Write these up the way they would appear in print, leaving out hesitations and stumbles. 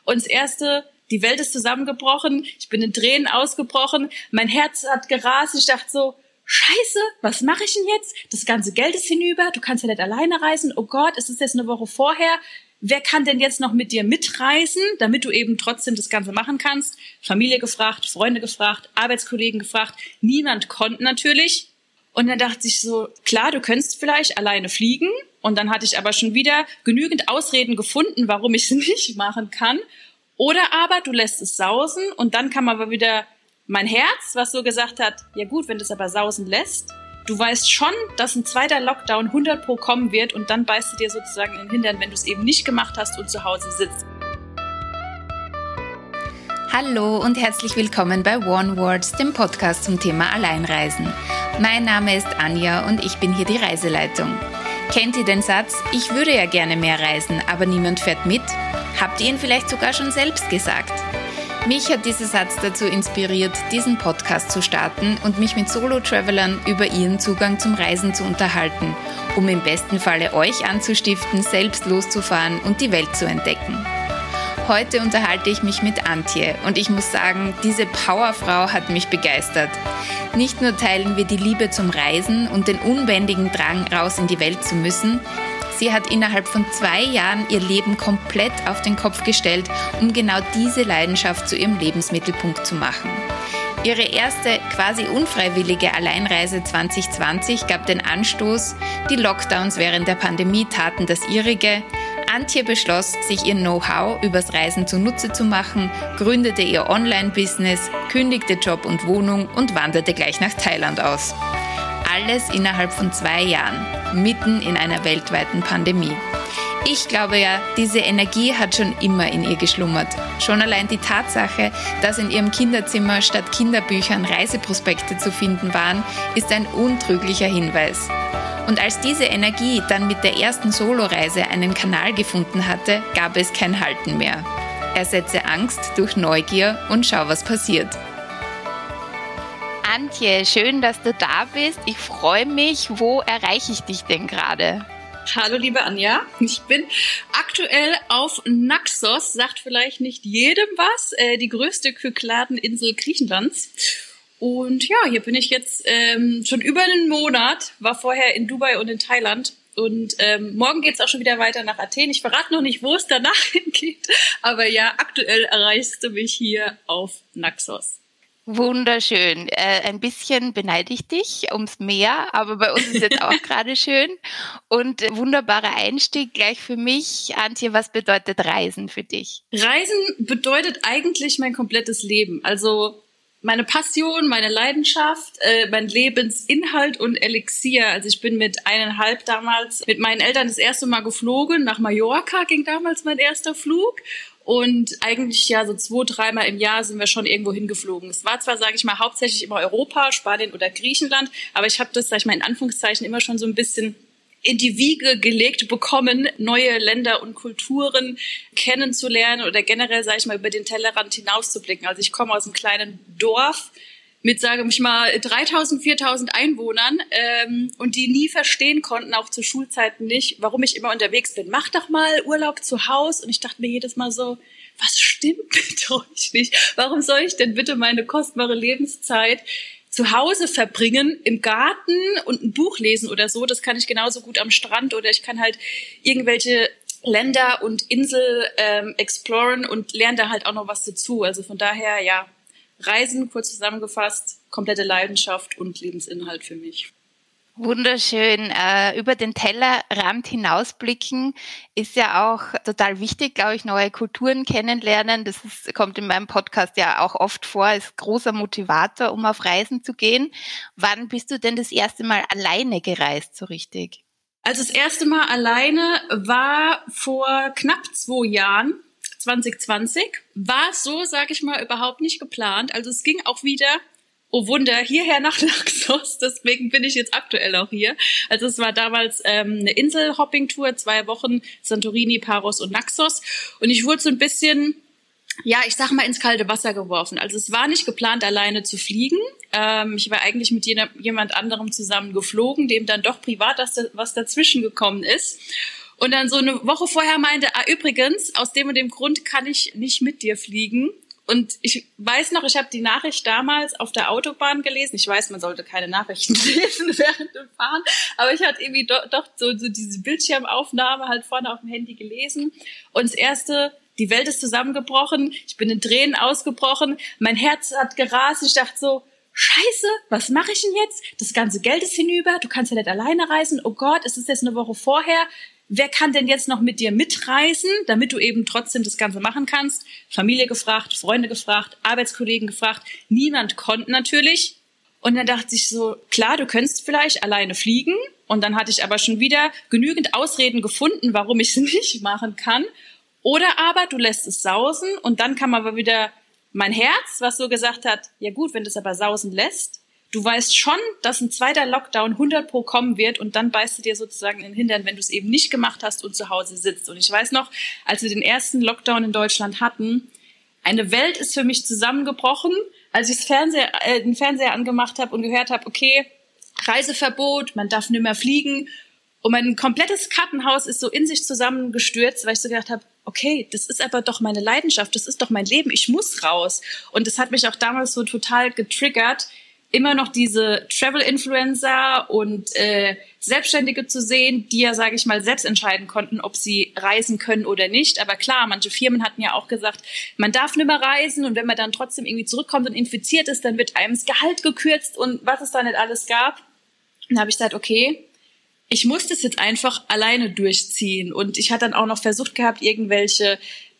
Und das Erste, die Welt ist zusammengebrochen, ich bin in Tränen ausgebrochen, mein Herz hat gerast, ich dachte so, Scheiße, was mache ich denn jetzt? Das ganze Geld ist hinüber, du kannst ja nicht alleine reisen, oh Gott, es ist jetzt eine Woche vorher, wer kann denn jetzt noch mit dir mitreisen, damit du eben trotzdem das Ganze machen kannst? Familie gefragt, Freunde gefragt, Arbeitskollegen gefragt, niemand konnte natürlich. Und dann dachte ich so, klar, du könntest vielleicht alleine fliegen. Und dann hatte ich aber schon wieder genügend Ausreden gefunden, warum ich es nicht machen kann. Oder aber du lässt es sausen und dann kam aber wieder mein Herz, was so gesagt hat, ja gut, wenn du es aber sausen lässt, du weißt schon, dass ein zweiter Lockdown 100% kommen wird und dann beißt du dir sozusagen in den Hintern, wenn du es eben nicht gemacht hast und zu Hause sitzt. Hallo und herzlich willkommen bei One Words, dem Podcast zum Thema Alleinreisen. Mein Name ist Anja und ich bin hier die Reiseleitung. Kennt ihr den Satz, ich würde ja gerne mehr reisen, aber niemand fährt mit? Habt ihr ihn vielleicht sogar schon selbst gesagt? Mich hat dieser Satz dazu inspiriert, diesen Podcast zu starten und mich mit Solo-Travelern über ihren Zugang zum Reisen zu unterhalten, um im besten Falle euch anzustiften, selbst loszufahren und die Welt zu entdecken. Heute unterhalte ich mich mit Antje und ich muss sagen, diese Powerfrau hat mich begeistert. Nicht nur teilen wir die Liebe zum Reisen und den unbändigen Drang, raus in die Welt zu müssen, sie hat innerhalb von 2 Jahren ihr Leben komplett auf den Kopf gestellt, um genau diese Leidenschaft zu ihrem Lebensmittelpunkt zu machen. Ihre erste quasi unfreiwillige Alleinreise 2020 gab den Anstoß, die Lockdowns während der Pandemie taten das ihrige. Antje beschloss, sich ihr Know-how übers Reisen zunutze zu machen, gründete ihr Online-Business, kündigte Job und Wohnung und wanderte gleich nach Thailand aus. Alles innerhalb von 2 Jahren, mitten in einer weltweiten Pandemie. Ich glaube ja, diese Energie hat schon immer in ihr geschlummert. Schon allein die Tatsache, dass in ihrem Kinderzimmer statt Kinderbüchern Reiseprospekte zu finden waren, ist ein untrüglicher Hinweis. Und als diese Energie dann mit der ersten Soloreise einen Kanal gefunden hatte, gab es kein Halten mehr. Ersetze Angst durch Neugier und schau, was passiert. Antje, schön, dass du da bist. Ich freue mich. Wo erreiche ich dich denn gerade? Hallo liebe Anja, ich bin aktuell auf Naxos, sagt vielleicht nicht jedem was, die größte Kykladeninsel Griechenlands. Und ja, hier bin ich jetzt schon über einen Monat, war vorher in Dubai und in Thailand. Und morgen geht's auch schon wieder weiter nach Athen. Ich verrate noch nicht, wo es danach hingeht. Aber ja, aktuell erreichst du mich hier auf Naxos. Wunderschön. Ein bisschen beneide ich dich ums Meer, aber bei uns ist jetzt auch gerade schön. Und wunderbarer Einstieg gleich für mich. Antje, was bedeutet Reisen für dich? Reisen bedeutet eigentlich mein komplettes Leben. Also meine Passion, meine Leidenschaft, mein Lebensinhalt und Elixier. Also ich bin mit 1,5 damals mit meinen Eltern das erste Mal geflogen. Nach Mallorca ging damals mein erster Flug. Und eigentlich ja so 2-3 Mal im Jahr sind wir schon irgendwo hingeflogen. Es war zwar, sage ich mal, hauptsächlich immer Europa, Spanien oder Griechenland, aber ich habe das, sage ich mal, in Anführungszeichen immer schon so ein bisschen in die Wiege gelegt bekommen, neue Länder und Kulturen kennenzulernen oder generell, sage ich mal, über den Tellerrand hinauszublicken. Also ich komme aus einem kleinen Dorf mit, sage ich mal, 3.000, 4.000 Einwohnern und die nie verstehen konnten, auch zu Schulzeiten nicht, warum ich immer unterwegs bin. Mach doch mal Urlaub zu Hause. Und ich dachte mir jedes Mal so, was stimmt mit euch nicht? Warum soll ich denn bitte meine kostbare Lebenszeit zu Hause verbringen, im Garten und ein Buch lesen oder so? Das kann ich genauso gut am Strand oder ich kann halt irgendwelche Länder und Insel exploren und lerne da halt auch noch was dazu. Also von daher, ja, Reisen, kurz zusammengefasst, komplette Leidenschaft und Lebensinhalt für mich. Wunderschön. Über den Tellerrand hinausblicken ist ja auch total wichtig, glaube ich, neue Kulturen kennenlernen. Kommt in meinem Podcast ja auch oft vor, ist großer Motivator, um auf Reisen zu gehen. Wann bist du denn das erste Mal alleine gereist, so richtig? Also das erste Mal alleine war vor knapp 2 Jahren. 2020 war so, sage ich mal, überhaupt nicht geplant. Also es ging auch wieder, oh Wunder, hierher nach Naxos. Deswegen bin ich jetzt aktuell auch hier. Also es war damals eine Insel-Hopping-Tour, 2 Wochen, Santorini, Paros und Naxos. Und ich wurde so ein bisschen, ja, ich sag mal, ins kalte Wasser geworfen. Also es war nicht geplant, alleine zu fliegen. Ich war eigentlich mit jemand anderem zusammen geflogen, dem dann doch privat was dazwischen gekommen ist. Und dann so eine Woche vorher meinte, übrigens, aus dem und dem Grund kann ich nicht mit dir fliegen. Und ich weiß noch, ich habe die Nachricht damals auf der Autobahn gelesen. Ich weiß, man sollte keine Nachrichten lesen während dem Fahren, aber ich hatte irgendwie doch so diese Bildschirmaufnahme halt vorne auf dem Handy gelesen. Und das Erste, die Welt ist zusammengebrochen, ich bin in Tränen ausgebrochen, mein Herz hat gerast, ich dachte so, Scheiße, was mache ich denn jetzt? Das ganze Geld ist hinüber, du kannst ja nicht alleine reisen, oh Gott, es ist jetzt eine Woche vorher. Wer kann denn jetzt noch mit dir mitreisen, damit du eben trotzdem das Ganze machen kannst? Familie gefragt, Freunde gefragt, Arbeitskollegen gefragt. Niemand konnte natürlich. Und dann dachte ich so, klar, du könntest vielleicht alleine fliegen. Und dann hatte ich aber schon wieder genügend Ausreden gefunden, warum ich es nicht machen kann. Oder aber du lässt es sausen und dann kam aber wieder mein Herz, was so gesagt hat, ja gut, wenn du es aber sausen lässt, du weißt schon, dass ein zweiter Lockdown 100% kommen wird und dann beißt du dir sozusagen in den Hintern, wenn du es eben nicht gemacht hast und zu Hause sitzt. Und ich weiß noch, als wir den ersten Lockdown in Deutschland hatten, eine Welt ist für mich zusammengebrochen, als ich den Fernseher angemacht habe und gehört habe, okay, Reiseverbot, man darf nicht mehr fliegen. Und mein komplettes Kartenhaus ist so in sich zusammengestürzt, weil ich so gedacht habe, okay, das ist aber doch meine Leidenschaft, das ist doch mein Leben, ich muss raus. Und das hat mich auch damals so total getriggert, immer noch diese Travel-Influencer und Selbstständige zu sehen, die ja, sage ich mal, selbst entscheiden konnten, ob sie reisen können oder nicht. Aber klar, manche Firmen hatten ja auch gesagt, man darf nicht mehr reisen und wenn man dann trotzdem irgendwie zurückkommt und infiziert ist, dann wird einem das Gehalt gekürzt und was es da nicht alles gab. Dann habe ich gesagt, okay, ich muss das jetzt einfach alleine durchziehen. Und ich hatte dann auch noch versucht gehabt, irgendwelche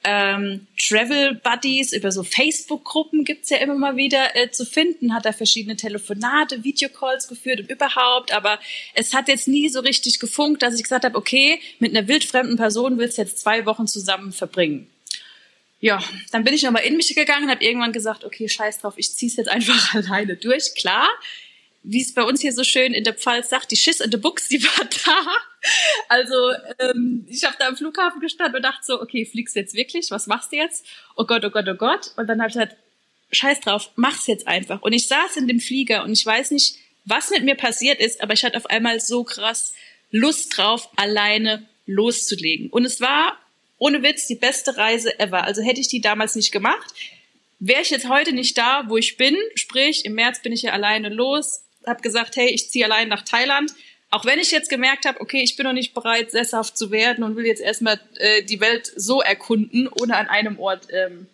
Travel Buddies über so Facebook-Gruppen gibt's ja immer mal wieder zu finden, hat da verschiedene Telefonate, Videocalls geführt und überhaupt, aber es hat jetzt nie so richtig gefunkt, dass ich gesagt habe, okay, mit einer wildfremden Person willst du jetzt 2 Wochen zusammen verbringen. Ja, dann bin ich nochmal in mich gegangen und habe irgendwann gesagt, okay, scheiß drauf, ich zieh's jetzt einfach alleine durch. Klar, wie es bei uns hier so schön in der Pfalz sagt, die Schiss in der Buchs, die war da. Also ich habe da am Flughafen gestanden und dachte so, okay, fliegst du jetzt wirklich? Was machst du jetzt? Oh Gott, oh Gott, oh Gott. Und dann habe ich gesagt, scheiß drauf, mach's jetzt einfach. Und ich saß in dem Flieger und ich weiß nicht, was mit mir passiert ist, aber ich hatte auf einmal so krass Lust drauf, alleine loszulegen. Und es war, ohne Witz, die beste Reise ever. Also hätte ich die damals nicht gemacht, wäre ich jetzt heute nicht da, wo ich bin. Sprich, im März bin ich ja alleine los, habe gesagt, hey, ich ziehe allein nach Thailand. Auch wenn ich jetzt gemerkt habe, okay, ich bin noch nicht bereit, sesshaft zu werden und will jetzt erstmal die Welt so erkunden, ohne an einem Ort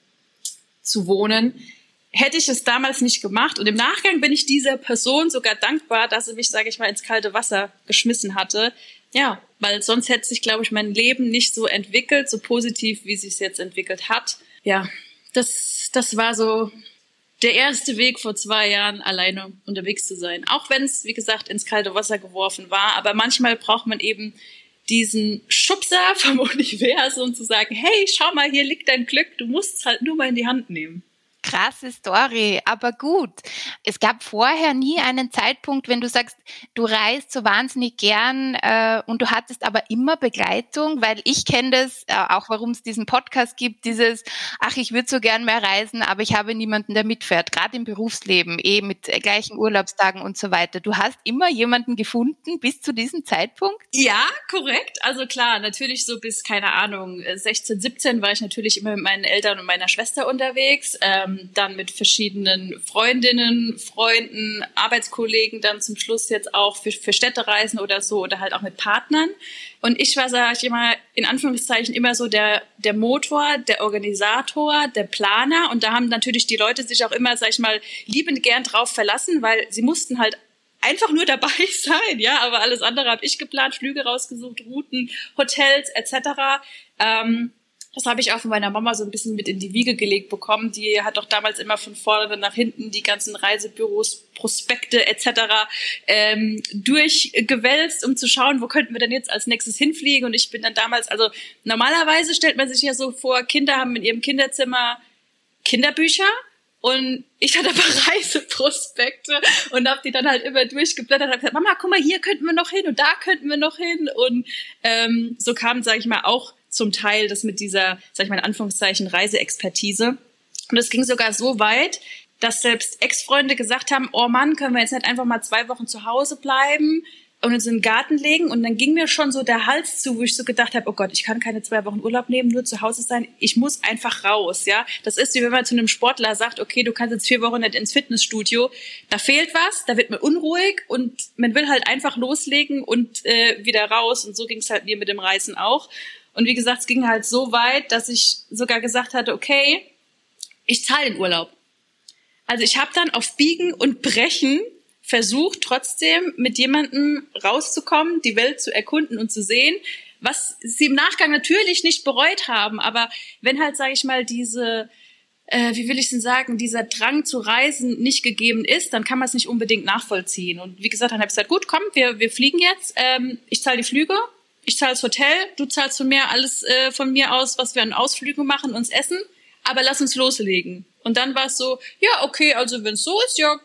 zu wohnen, hätte ich es damals nicht gemacht. Und im Nachgang bin ich dieser Person sogar dankbar, dass sie mich, sage ich mal, ins kalte Wasser geschmissen hatte. Ja, weil sonst hätte sich, glaube ich, mein Leben nicht so entwickelt, so positiv, wie es sich jetzt entwickelt hat. Ja, das war so der erste Weg vor 2 Jahren, alleine unterwegs zu sein. Auch wenn es, wie gesagt, ins kalte Wasser geworfen war. Aber manchmal braucht man eben diesen Schubser vom Universum zu sagen, hey, schau mal, hier liegt dein Glück, du musst es halt nur mal in die Hand nehmen. Krasse Story, aber gut. Es gab vorher nie einen Zeitpunkt, wenn du sagst, du reist so wahnsinnig gern und du hattest aber immer Begleitung, weil ich kenne das, auch warum es diesen Podcast gibt, dieses, ach, ich würde so gern mehr reisen, aber ich habe niemanden, der mitfährt, gerade im Berufsleben, mit gleichen Urlaubstagen und so weiter. Du hast immer jemanden gefunden bis zu diesem Zeitpunkt? Ja, korrekt. Also klar, natürlich so bis, keine Ahnung, 16, 17 war ich natürlich immer mit meinen Eltern und meiner Schwester unterwegs, dann mit verschiedenen Freundinnen, Freunden, Arbeitskollegen, dann zum Schluss jetzt auch für Städtereisen oder so oder halt auch mit Partnern. Und ich war, sage ich immer, in Anführungszeichen immer so der Motor, der Organisator, der Planer. Und da haben natürlich die Leute sich auch immer, sage ich mal, liebend gern drauf verlassen, weil sie mussten halt einfach nur dabei sein, ja. Aber alles andere habe ich geplant, Flüge rausgesucht, Routen, Hotels etc. Das habe ich auch von meiner Mama so ein bisschen mit in die Wiege gelegt bekommen. Die hat doch damals immer von vorne nach hinten die ganzen Reisebüros, Prospekte etc. Durchgewälzt, um zu schauen, wo könnten wir denn jetzt als nächstes hinfliegen. Und ich bin dann damals, also normalerweise stellt man sich ja so vor, Kinder haben in ihrem Kinderzimmer Kinderbücher. Und ich hatte aber Reiseprospekte und habe die dann halt immer durchgeblättert und habe gesagt, Mama, guck mal, hier könnten wir noch hin und da könnten wir noch hin. Und so kam, sage ich mal, auch zum Teil das mit dieser, sag ich mal in Anführungszeichen, Reiseexpertise. Und es ging sogar so weit, dass selbst Ex-Freunde gesagt haben, oh Mann, können wir jetzt nicht einfach mal 2 Wochen zu Hause bleiben? und uns in den Garten legen und dann ging mir schon so der Hals zu, wo ich so gedacht habe, oh Gott, ich kann keine 2 Wochen Urlaub nehmen, nur zu Hause sein, ich muss einfach raus, ja. Das ist wie wenn man zu einem Sportler sagt, okay, du kannst jetzt 4 Wochen nicht ins Fitnessstudio, da fehlt was, da wird man unruhig und man will halt einfach loslegen und wieder raus und so ging es halt mir mit dem Reisen auch. Und wie gesagt, es ging halt so weit, dass ich sogar gesagt hatte, okay, ich zahle den Urlaub. Also ich habe dann auf Biegen und Brechen versucht, trotzdem mit jemandem rauszukommen, die Welt zu erkunden und zu sehen, was sie im Nachgang natürlich nicht bereut haben. Aber wenn halt, sage ich mal, dieser Drang zu reisen nicht gegeben ist, dann kann man es nicht unbedingt nachvollziehen. Und wie gesagt, dann habe ich gesagt, gut, komm, wir fliegen jetzt. Ich zahle die Flüge, ich zahle das Hotel, du zahlst von mir alles von mir aus, was wir an Ausflügen machen, uns essen, aber lass uns loslegen. Und dann war es so, ja, okay, also wenn es so ist, ja,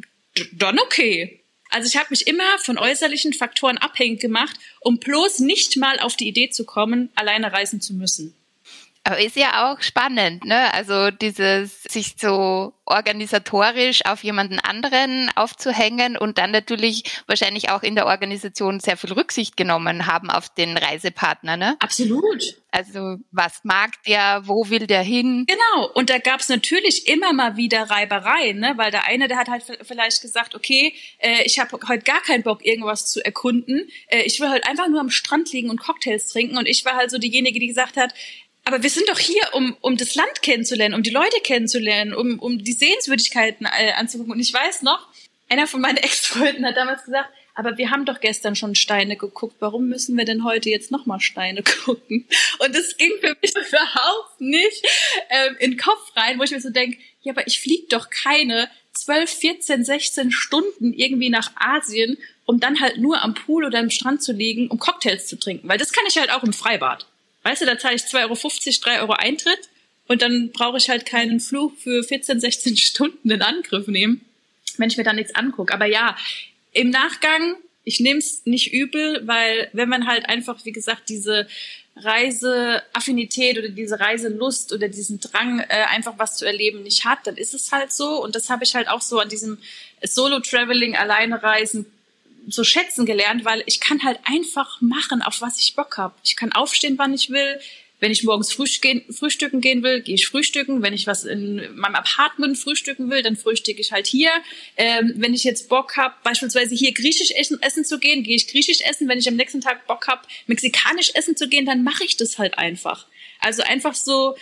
dann okay. Also ich habe mich immer von äußerlichen Faktoren abhängig gemacht, um bloß nicht mal auf die Idee zu kommen, alleine reisen zu müssen. Aber ist ja auch spannend, ne? Also dieses sich so organisatorisch auf jemanden anderen aufzuhängen und dann natürlich wahrscheinlich auch in der Organisation sehr viel Rücksicht genommen haben auf den Reisepartner, ne? Absolut. Also was mag der, wo will der hin? Genau, und da gab's natürlich immer mal wieder Reibereien, ne? Weil der eine, der hat halt vielleicht gesagt, okay, ich habe heute gar keinen Bock, irgendwas zu erkunden. Ich will halt einfach nur am Strand liegen und Cocktails trinken. Und ich war halt so diejenige, die gesagt hat, aber wir sind doch hier, um das Land kennenzulernen, um die Leute kennenzulernen, um die Sehenswürdigkeiten anzugucken. Und ich weiß noch, einer von meinen Ex-Freunden hat damals gesagt, aber wir haben doch gestern schon Steine geguckt, warum müssen wir denn heute jetzt nochmal Steine gucken? Und das ging für mich überhaupt nicht in den Kopf rein, wo ich mir so denke, ja, aber ich fliege doch keine 12, 14, 16 Stunden irgendwie nach Asien, um dann halt nur am Pool oder am Strand zu liegen, um Cocktails zu trinken. Weil das kann ich halt auch im Freibad. Weißt du, da zahle ich 2,50 €, 3 € Eintritt und dann brauche ich halt keinen Flug für 14, 16 Stunden in Angriff nehmen, wenn ich mir da nichts angucke. Aber ja, im Nachgang, ich nehme es nicht übel, weil wenn man halt einfach, wie gesagt, diese Reiseaffinität oder diese Reiselust oder diesen Drang, einfach was zu erleben, nicht hat, dann ist es halt so. Und das habe ich halt auch so an diesem Solo-Traveling, Alleine-Reisen so schätzen gelernt, weil ich kann halt einfach machen, auf was ich Bock habe. Ich kann aufstehen, wann ich will. Wenn ich morgens frühstücken gehen will, gehe ich frühstücken. Wenn ich was in meinem Apartment frühstücken will, dann frühstücke ich halt hier. Wenn ich jetzt Bock habe, beispielsweise hier griechisch essen zu gehen, gehe ich griechisch essen. Wenn ich am nächsten Tag Bock habe, mexikanisch essen zu gehen, dann mache ich das halt einfach. Also einfach so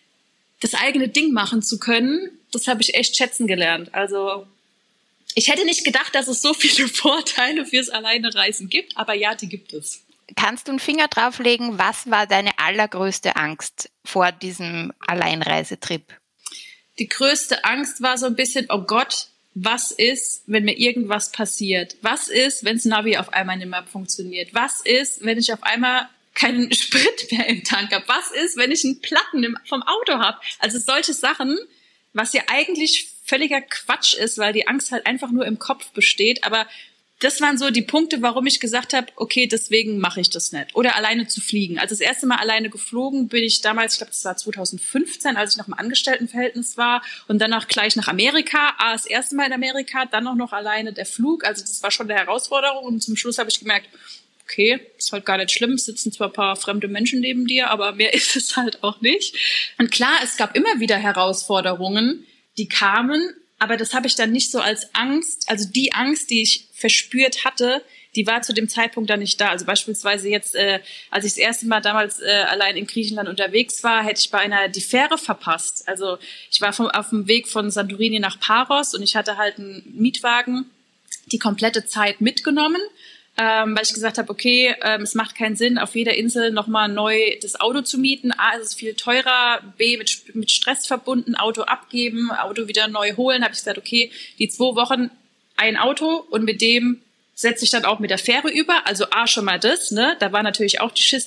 das eigene Ding machen zu können, das habe ich echt schätzen gelernt. Also ich hätte nicht gedacht, dass es so viele Vorteile fürs Alleinereisen gibt, aber ja, die gibt es. Kannst du einen Finger drauflegen, was war deine allergrößte Angst vor diesem Alleinreisetrip? Die größte Angst war so ein bisschen, oh Gott, was ist, wenn mir irgendwas passiert? Was ist, wenn das Navi auf einmal nicht mehr funktioniert? Was ist, wenn ich auf einmal keinen Sprit mehr im Tank habe? Was ist, wenn ich einen Platten vom Auto habe? Also solche Sachen, was ja eigentlich völliger Quatsch ist, weil die Angst halt einfach nur im Kopf besteht. Aber das waren so die Punkte, warum ich gesagt habe, okay, deswegen mache ich das nicht. Oder alleine zu fliegen. Also das erste Mal alleine geflogen bin ich damals, ich glaube, das war 2015, als ich noch im Angestelltenverhältnis war. Und danach gleich nach Amerika. Das erste Mal in Amerika, dann auch noch alleine der Flug. Also das war schon eine Herausforderung. Und zum Schluss habe ich gemerkt, okay, ist halt gar nicht schlimm, es sitzen zwar ein paar fremde Menschen neben dir, aber mehr ist es halt auch nicht. Und klar, es gab immer wieder Herausforderungen, die kamen, aber das habe ich dann nicht so als Angst, also die Angst, die ich verspürt hatte, die war zu dem Zeitpunkt dann nicht da. Also beispielsweise jetzt, als ich das erste Mal damals allein in Griechenland unterwegs war, hätte ich bei einer die Fähre verpasst. Also ich war auf dem Weg von Santorini nach Paros und ich hatte halt einen Mietwagen die komplette Zeit mitgenommen, weil ich gesagt habe, okay, es macht keinen Sinn, auf jeder Insel nochmal neu das Auto zu mieten. A, ist es viel teurer, B, mit Stress verbunden, Auto abgeben, Auto wieder neu holen. Habe ich gesagt, okay, die 2 Wochen ein Auto und mit dem setze ich dann auch mit der Fähre über. Also A, schon mal das, ne? Da war natürlich auch die Schiss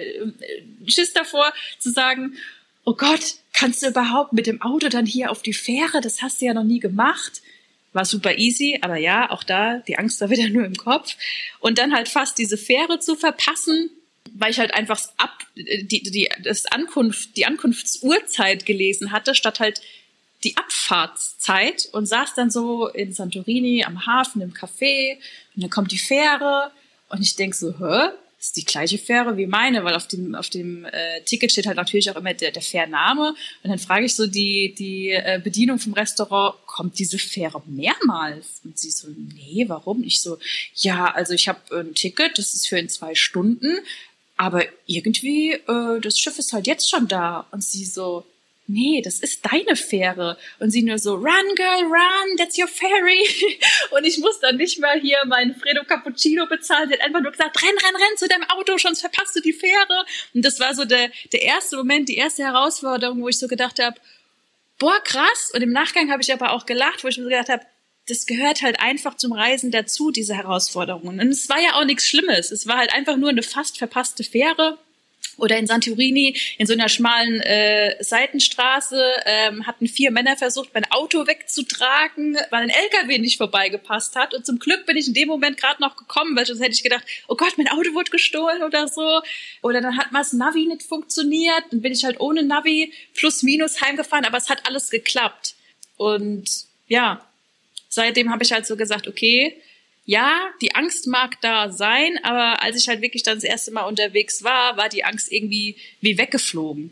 davor, zu sagen, oh Gott, kannst du überhaupt mit dem Auto dann hier auf die Fähre? Das hast du ja noch nie gemacht. War super easy, aber ja, auch da, die Angst war wieder nur im Kopf. Und dann halt fast diese Fähre zu verpassen, weil ich halt einfach die Ankunftsuhrzeit gelesen hatte, statt halt die Abfahrtszeit und saß dann so in Santorini am Hafen im Café und dann kommt die Fähre und ich denk so, ist die gleiche Fähre wie meine, weil auf dem Ticket steht halt natürlich auch immer der Fährname. Und dann frage ich so die Bedienung vom Restaurant, kommt diese Fähre mehrmals? Und sie so, nee, warum? Ich so, ja, also ich habe ein Ticket, das ist für in 2 Stunden, aber irgendwie, das Schiff ist halt jetzt schon da. Und sie so, nee, das ist deine Fähre. Und sie nur so, run, girl, run, that's your ferry. Und ich muss dann nicht mal hier meinen Fredo Cappuccino bezahlen. Sie hat einfach nur gesagt, renn zu deinem Auto, sonst verpasst du die Fähre. Und das war so der erste Moment, die erste Herausforderung, wo ich so gedacht habe, boah, krass. Und im Nachgang habe ich aber auch gelacht, wo ich mir so gedacht habe, das gehört halt einfach zum Reisen dazu, diese Herausforderungen. Und es war ja auch nichts Schlimmes. Es war halt einfach nur eine fast verpasste Fähre. Oder in Santorini, in so einer schmalen Seitenstraße, hatten 4 Männer versucht, mein Auto wegzutragen, weil ein LKW nicht vorbeigepasst hat. Und zum Glück bin ich in dem Moment gerade noch gekommen, weil sonst hätte ich gedacht, oh Gott, mein Auto wurde gestohlen oder so. Oder dann hat mal das Navi nicht funktioniert. Dann bin ich halt ohne Navi plus minus heimgefahren, aber es hat alles geklappt. Und ja, seitdem habe ich halt so gesagt, okay, ja, die Angst mag da sein, aber als ich halt wirklich dann das erste Mal unterwegs war die Angst irgendwie wie weggeflogen.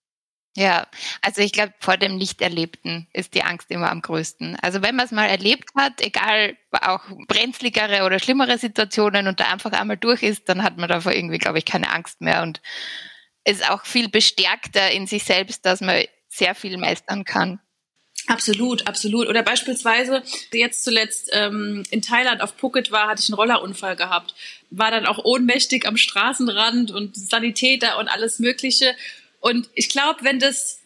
Ja, also ich glaube, vor dem Nicht-Erlebten ist die Angst immer am größten. Also wenn man es mal erlebt hat, egal, auch brenzligere oder schlimmere Situationen und da einfach einmal durch ist, dann hat man davor irgendwie, glaube ich, keine Angst mehr und ist auch viel bestärkter in sich selbst, dass man sehr viel meistern kann. Absolut, absolut. Oder beispielsweise jetzt zuletzt in Thailand auf Phuket hatte ich einen Rollerunfall gehabt. War dann auch ohnmächtig am Straßenrand und Sanitäter und alles Mögliche. Und ich glaube, wenn das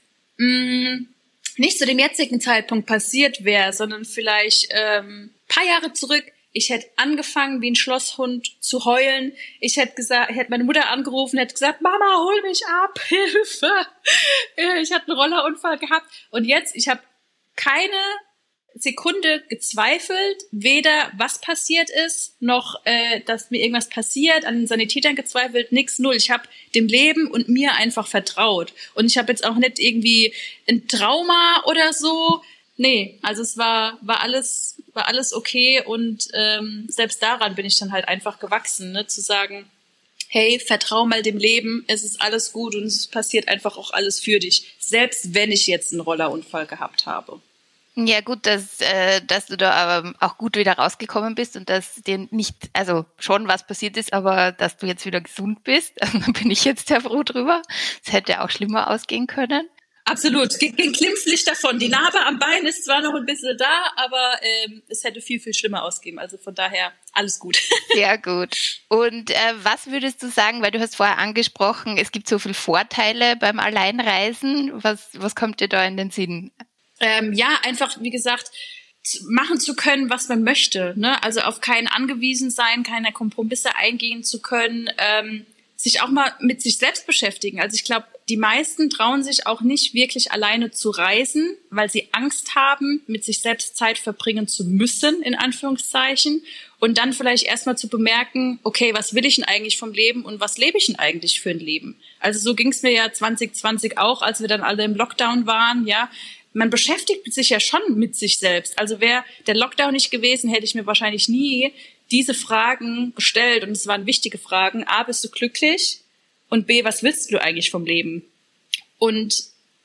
nicht zu dem jetzigen Zeitpunkt passiert wäre, sondern vielleicht paar Jahre zurück, ich hätte angefangen, wie ein Schlosshund zu heulen. Ich hätte meine Mutter angerufen, hätte gesagt, Mama, hol mich ab, Hilfe. Ich hatte einen Rollerunfall gehabt. Und jetzt, ich habe keine Sekunde gezweifelt, weder was passiert ist, noch dass mir irgendwas passiert, an den Sanitätern gezweifelt, nix, null. Ich habe dem Leben und mir einfach vertraut. Und ich habe jetzt auch nicht irgendwie ein Trauma oder so. Nee, also es war alles okay und selbst daran bin ich dann halt einfach gewachsen, ne, zu sagen, hey, vertrau mal dem Leben, es ist alles gut und es passiert einfach auch alles für dich, selbst wenn ich jetzt einen Rollerunfall gehabt habe. Ja gut, dass du da aber auch gut wieder rausgekommen bist und dass dir nicht, also schon was passiert ist, aber dass du jetzt wieder gesund bist, also da bin ich jetzt sehr froh drüber. Es hätte auch schlimmer ausgehen können. Absolut, ging glimpflich davon. Die Narbe am Bein ist zwar noch ein bisschen da, aber es hätte viel, viel schlimmer ausgehen. Also von daher alles gut. Sehr gut. Und was würdest du sagen, weil du hast vorher angesprochen, es gibt so viele Vorteile beim Alleinreisen. Was kommt dir da in den Sinn? Ja, einfach, wie gesagt, machen zu können, was man möchte. Ne? Also auf keinen angewiesen sein, keine Kompromisse eingehen zu können, sich auch mal mit sich selbst beschäftigen. Also ich glaube, die meisten trauen sich auch nicht wirklich alleine zu reisen, weil sie Angst haben, mit sich selbst Zeit verbringen zu müssen, in Anführungszeichen. Und dann vielleicht erstmal zu bemerken, okay, was will ich denn eigentlich vom Leben und was lebe ich denn eigentlich für ein Leben? Also so ging es mir ja 2020 auch, als wir dann alle im Lockdown waren, ja. Man beschäftigt sich ja schon mit sich selbst. Also wäre der Lockdown nicht gewesen, hätte ich mir wahrscheinlich nie diese Fragen gestellt. Und es waren wichtige Fragen. A, bist du glücklich? Und B, was willst du eigentlich vom Leben? Und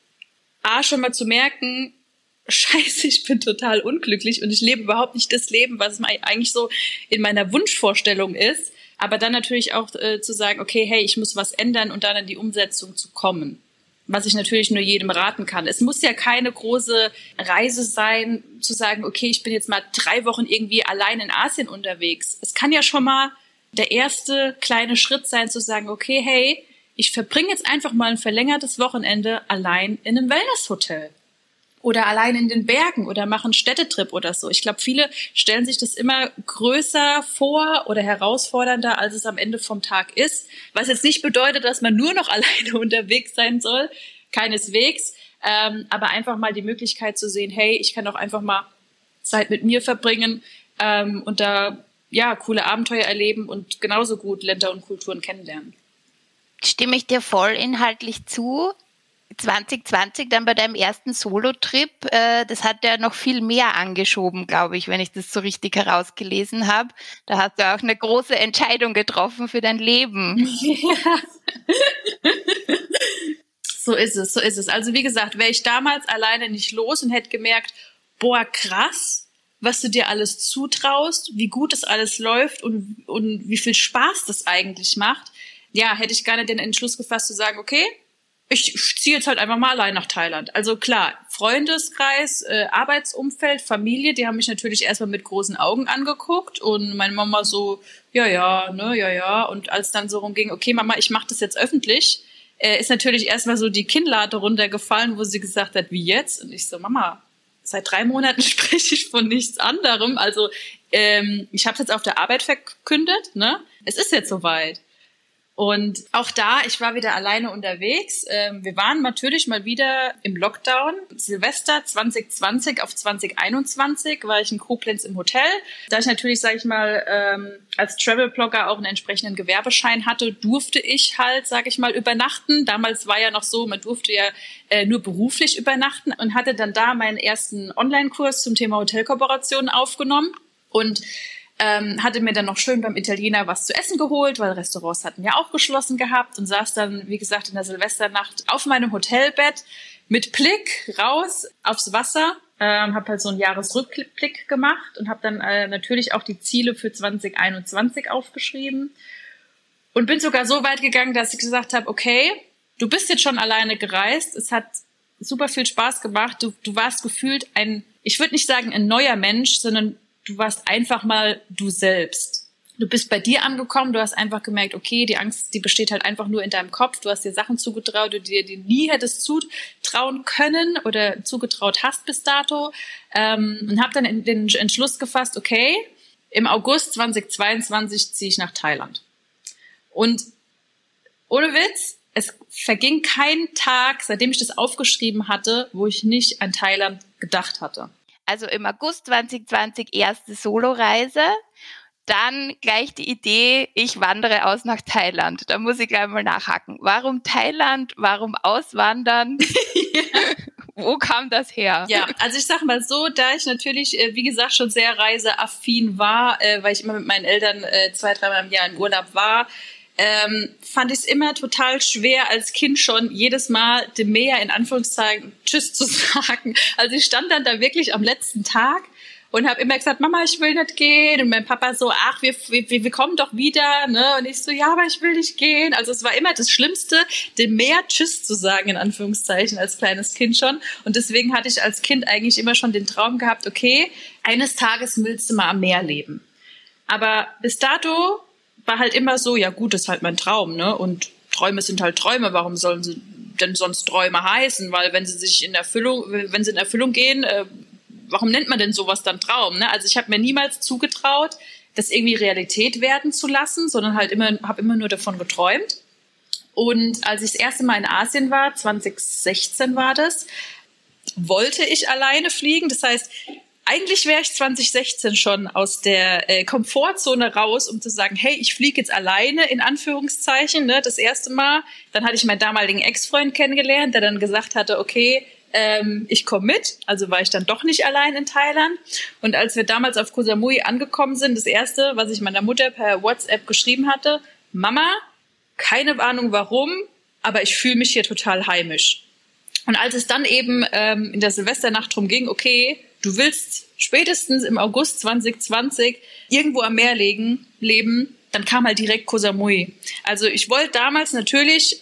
A, schon mal zu merken, scheiße, ich bin total unglücklich und ich lebe überhaupt nicht das Leben, was eigentlich so in meiner Wunschvorstellung ist. Aber dann natürlich auch zu sagen, okay, hey, ich muss was ändern und dann in die Umsetzung zu kommen. Was ich natürlich nur jedem raten kann. Es muss ja keine große Reise sein, zu sagen, okay, ich bin jetzt mal 3 Wochen irgendwie allein in Asien unterwegs. Es kann ja schon mal der erste kleine Schritt sein, zu sagen, okay, hey, ich verbringe jetzt einfach mal ein verlängertes Wochenende allein in einem Wellnesshotel. Oder allein in den Bergen oder machen einen Städtetrip oder so. Ich glaube, viele stellen sich das immer größer vor oder herausfordernder, als es am Ende vom Tag ist. Was jetzt nicht bedeutet, dass man nur noch alleine unterwegs sein soll. Keineswegs. Aber einfach mal die Möglichkeit zu sehen, hey, ich kann auch einfach mal Zeit mit mir verbringen und da ja coole Abenteuer erleben und genauso gut Länder und Kulturen kennenlernen. Stimme ich dir voll inhaltlich zu. 2020 dann bei deinem ersten Solo-Trip, das hat ja noch viel mehr angeschoben, glaube ich, wenn ich das so richtig herausgelesen habe. Da hast du auch eine große Entscheidung getroffen für dein Leben. Ja. So ist es. Also wie gesagt, wäre ich damals alleine nicht los und hätte gemerkt, boah, krass, was du dir alles zutraust, wie gut das alles läuft und wie viel Spaß das eigentlich macht, ja, hätte ich gar nicht den Entschluss gefasst zu sagen, okay, ich ziehe jetzt halt einfach mal allein nach Thailand. Also klar, Freundeskreis, Arbeitsumfeld, Familie, die haben mich natürlich erstmal mit großen Augen angeguckt und meine Mama so, ja. Und als dann so rumging, okay, Mama, ich mache das jetzt öffentlich, ist natürlich erstmal so die Kinnlade runtergefallen, wo sie gesagt hat, wie jetzt? Und ich so, Mama, seit 3 Monaten spreche ich von nichts anderem. Also ich habe es jetzt auf der Arbeit verkündet, ne? Es ist jetzt soweit. Und auch da, ich war wieder alleine unterwegs. Wir waren natürlich mal wieder im Lockdown. Silvester 2020 auf 2021 war ich in Koblenz im Hotel. Da ich natürlich, sage ich mal, als Travel-Blogger auch einen entsprechenden Gewerbeschein hatte, durfte ich halt, sage ich mal, übernachten. Damals war ja noch so, man durfte ja nur beruflich übernachten und hatte dann da meinen ersten Online-Kurs zum Thema Hotelkooperation aufgenommen und hatte mir dann noch schön beim Italiener was zu essen geholt, weil Restaurants hatten ja auch geschlossen gehabt und saß dann, wie gesagt, in der Silvesternacht auf meinem Hotelbett mit Blick raus aufs Wasser, habe halt so einen Jahresrückblick gemacht und habe dann natürlich auch die Ziele für 2021 aufgeschrieben und bin sogar so weit gegangen, dass ich gesagt habe, okay, du bist jetzt schon alleine gereist, es hat super viel Spaß gemacht, du warst gefühlt ich würde nicht sagen ein neuer Mensch, sondern du warst einfach mal du selbst. Du bist bei dir angekommen, du hast einfach gemerkt, okay, die Angst, die besteht halt einfach nur in deinem Kopf. Du hast dir Sachen zugetraut, die du dir nie hättest zutrauen können oder zugetraut hast bis dato. Und habe dann den Entschluss gefasst, okay, im August 2022 ziehe ich nach Thailand. Und ohne Witz, es verging kein Tag, seitdem ich das aufgeschrieben hatte, wo ich nicht an Thailand gedacht hatte. Also im August 2020 erste Soloreise, dann gleich die Idee, ich wandere aus nach Thailand. Da muss ich gleich mal nachhaken. Warum Thailand? Warum auswandern? Ja. Wo kam das her? Ja, also ich sag mal so, da ich natürlich, wie gesagt, schon sehr reiseaffin war, weil ich immer mit meinen Eltern 2-3 Mal im Jahr in Urlaub war, fand ich es immer total schwer als Kind schon jedes Mal dem Meer in Anführungszeichen Tschüss zu sagen. Also ich stand dann da wirklich am letzten Tag und habe immer gesagt, Mama, ich will nicht gehen. Und mein Papa so, ach, wir kommen doch wieder, ne? Und ich so, ja, aber ich will nicht gehen. Also es war immer das Schlimmste, dem Meer Tschüss zu sagen in Anführungszeichen als kleines Kind schon. Und deswegen hatte ich als Kind eigentlich immer schon den Traum gehabt, okay, eines Tages willst du mal am Meer leben. Aber bis dato war halt immer so, ja gut, das ist halt mein Traum, ne? Und Träume sind halt Träume, warum sollen sie denn sonst Träume heißen? Weil wenn sie in Erfüllung gehen, warum nennt man denn sowas dann Traum, ne? Also ich habe mir niemals zugetraut, das irgendwie Realität werden zu lassen, sondern halt habe immer nur davon geträumt. Und als ich das erste Mal in Asien war, 2016 war das, wollte ich alleine fliegen. Das heißt, eigentlich wäre ich 2016 schon aus der Komfortzone raus, um zu sagen, hey, ich fliege jetzt alleine, in Anführungszeichen, ne, das erste Mal. Dann hatte ich meinen damaligen Ex-Freund kennengelernt, der dann gesagt hatte, okay, ich komme mit. Also war ich dann doch nicht allein in Thailand. Und als wir damals auf Koh Samui angekommen sind, das Erste, was ich meiner Mutter per WhatsApp geschrieben hatte, Mama, keine Ahnung warum, aber ich fühle mich hier total heimisch. Und als es dann eben in der Silvesternacht drum ging, okay, du willst spätestens im August 2020 irgendwo am Meer leben, dann kam halt direkt Koh Samui. Also ich wollte damals natürlich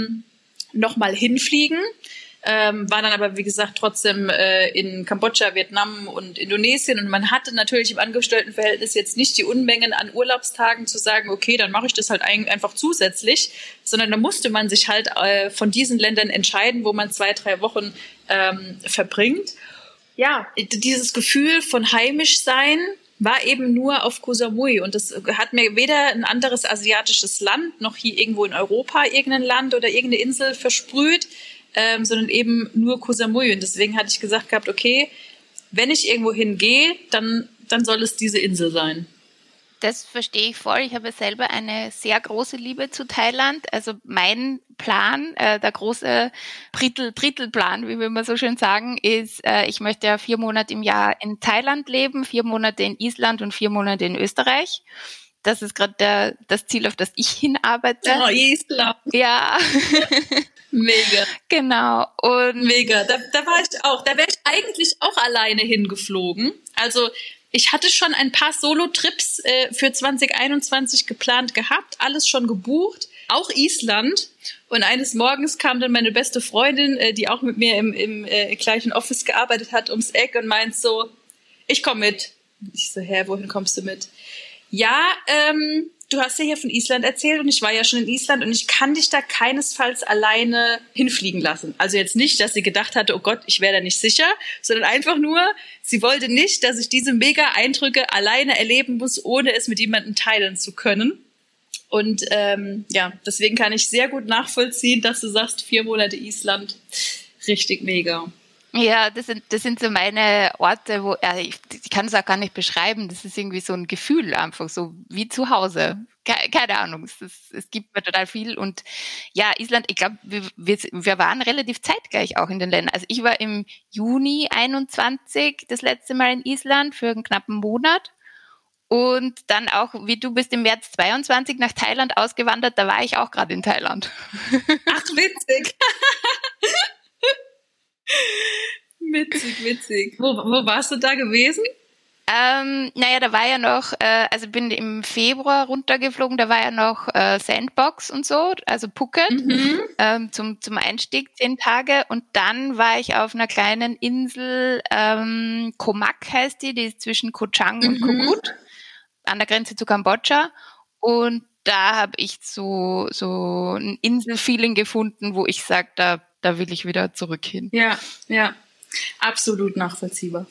noch mal hinfliegen, war dann aber, wie gesagt, trotzdem in Kambodscha, Vietnam und Indonesien. Und man hatte natürlich im Angestelltenverhältnis jetzt nicht die Unmengen an Urlaubstagen zu sagen, okay, dann mache ich das halt einfach zusätzlich, sondern da musste man sich halt von diesen Ländern entscheiden, wo man 2-3 Wochen verbringt. Ja, dieses Gefühl von heimisch sein war eben nur auf Koh Samui. Und das hat mir weder ein anderes asiatisches Land noch hier irgendwo in Europa irgendein Land oder irgendeine Insel versprüht, sondern eben nur Koh Samui. Und deswegen hatte ich gesagt gehabt, okay, wenn ich irgendwo hingehe, dann soll es diese Insel sein. Das verstehe ich voll. Ich habe selber eine sehr große Liebe zu Thailand. Also mein Plan, der große Drittelplan, wie wir immer so schön sagen, ist, ich möchte ja 4 Monate im Jahr in Thailand leben, 4 Monate in Island und 4 Monate in Österreich. Das ist gerade das Ziel, auf das ich hinarbeite. Oh, Island. Ja. Mega. Genau. Und mega. Da war ich auch. Da wäre ich eigentlich auch alleine hingeflogen. Also ich hatte schon ein paar Solo-Trips für 2021 geplant gehabt, alles schon gebucht, auch Island. Und eines Morgens kam dann meine beste Freundin, die auch mit mir im gleichen Office gearbeitet hat, ums Eck und meint so, ich komme mit. Ich so, wohin kommst du mit? Ja, du hast ja hier von Island erzählt und ich war ja schon in Island und ich kann dich da keinesfalls alleine hinfliegen lassen. Also jetzt nicht, dass sie gedacht hatte, oh Gott, ich wäre da nicht sicher, sondern einfach nur, sie wollte nicht, dass ich diese mega Eindrücke alleine erleben muss, ohne es mit jemandem teilen zu können. Und deswegen kann ich sehr gut nachvollziehen, dass du sagst, 4 Monate Island, richtig mega. Ja, das sind so meine Orte, wo ich kann es auch gar nicht beschreiben. Das ist irgendwie so ein Gefühl einfach, so wie zu Hause. Keine Ahnung, es gibt mir total viel. Und ja, Island, ich glaube, wir waren relativ zeitgleich auch in den Ländern. Also ich war im Juni 21 das letzte Mal in Island für einen knappen Monat. Und dann auch, wie du bist im März 22 nach Thailand ausgewandert, da war ich auch gerade in Thailand. Ach, witzig. Witzig. Wo warst du da gewesen? Da war ja noch, also bin im Februar runtergeflogen, da war ja noch Sandbox und so, also Phuket, zum Einstieg 10 Tage. Und dann war ich auf einer kleinen Insel, Komak heißt die ist zwischen Koh Chang und Koh Kut, an der Grenze zu Kambodscha. Und da habe ich so ein Inselfeeling gefunden, wo ich sage, da will ich wieder zurück hin. Ja, absolut nachvollziehbar.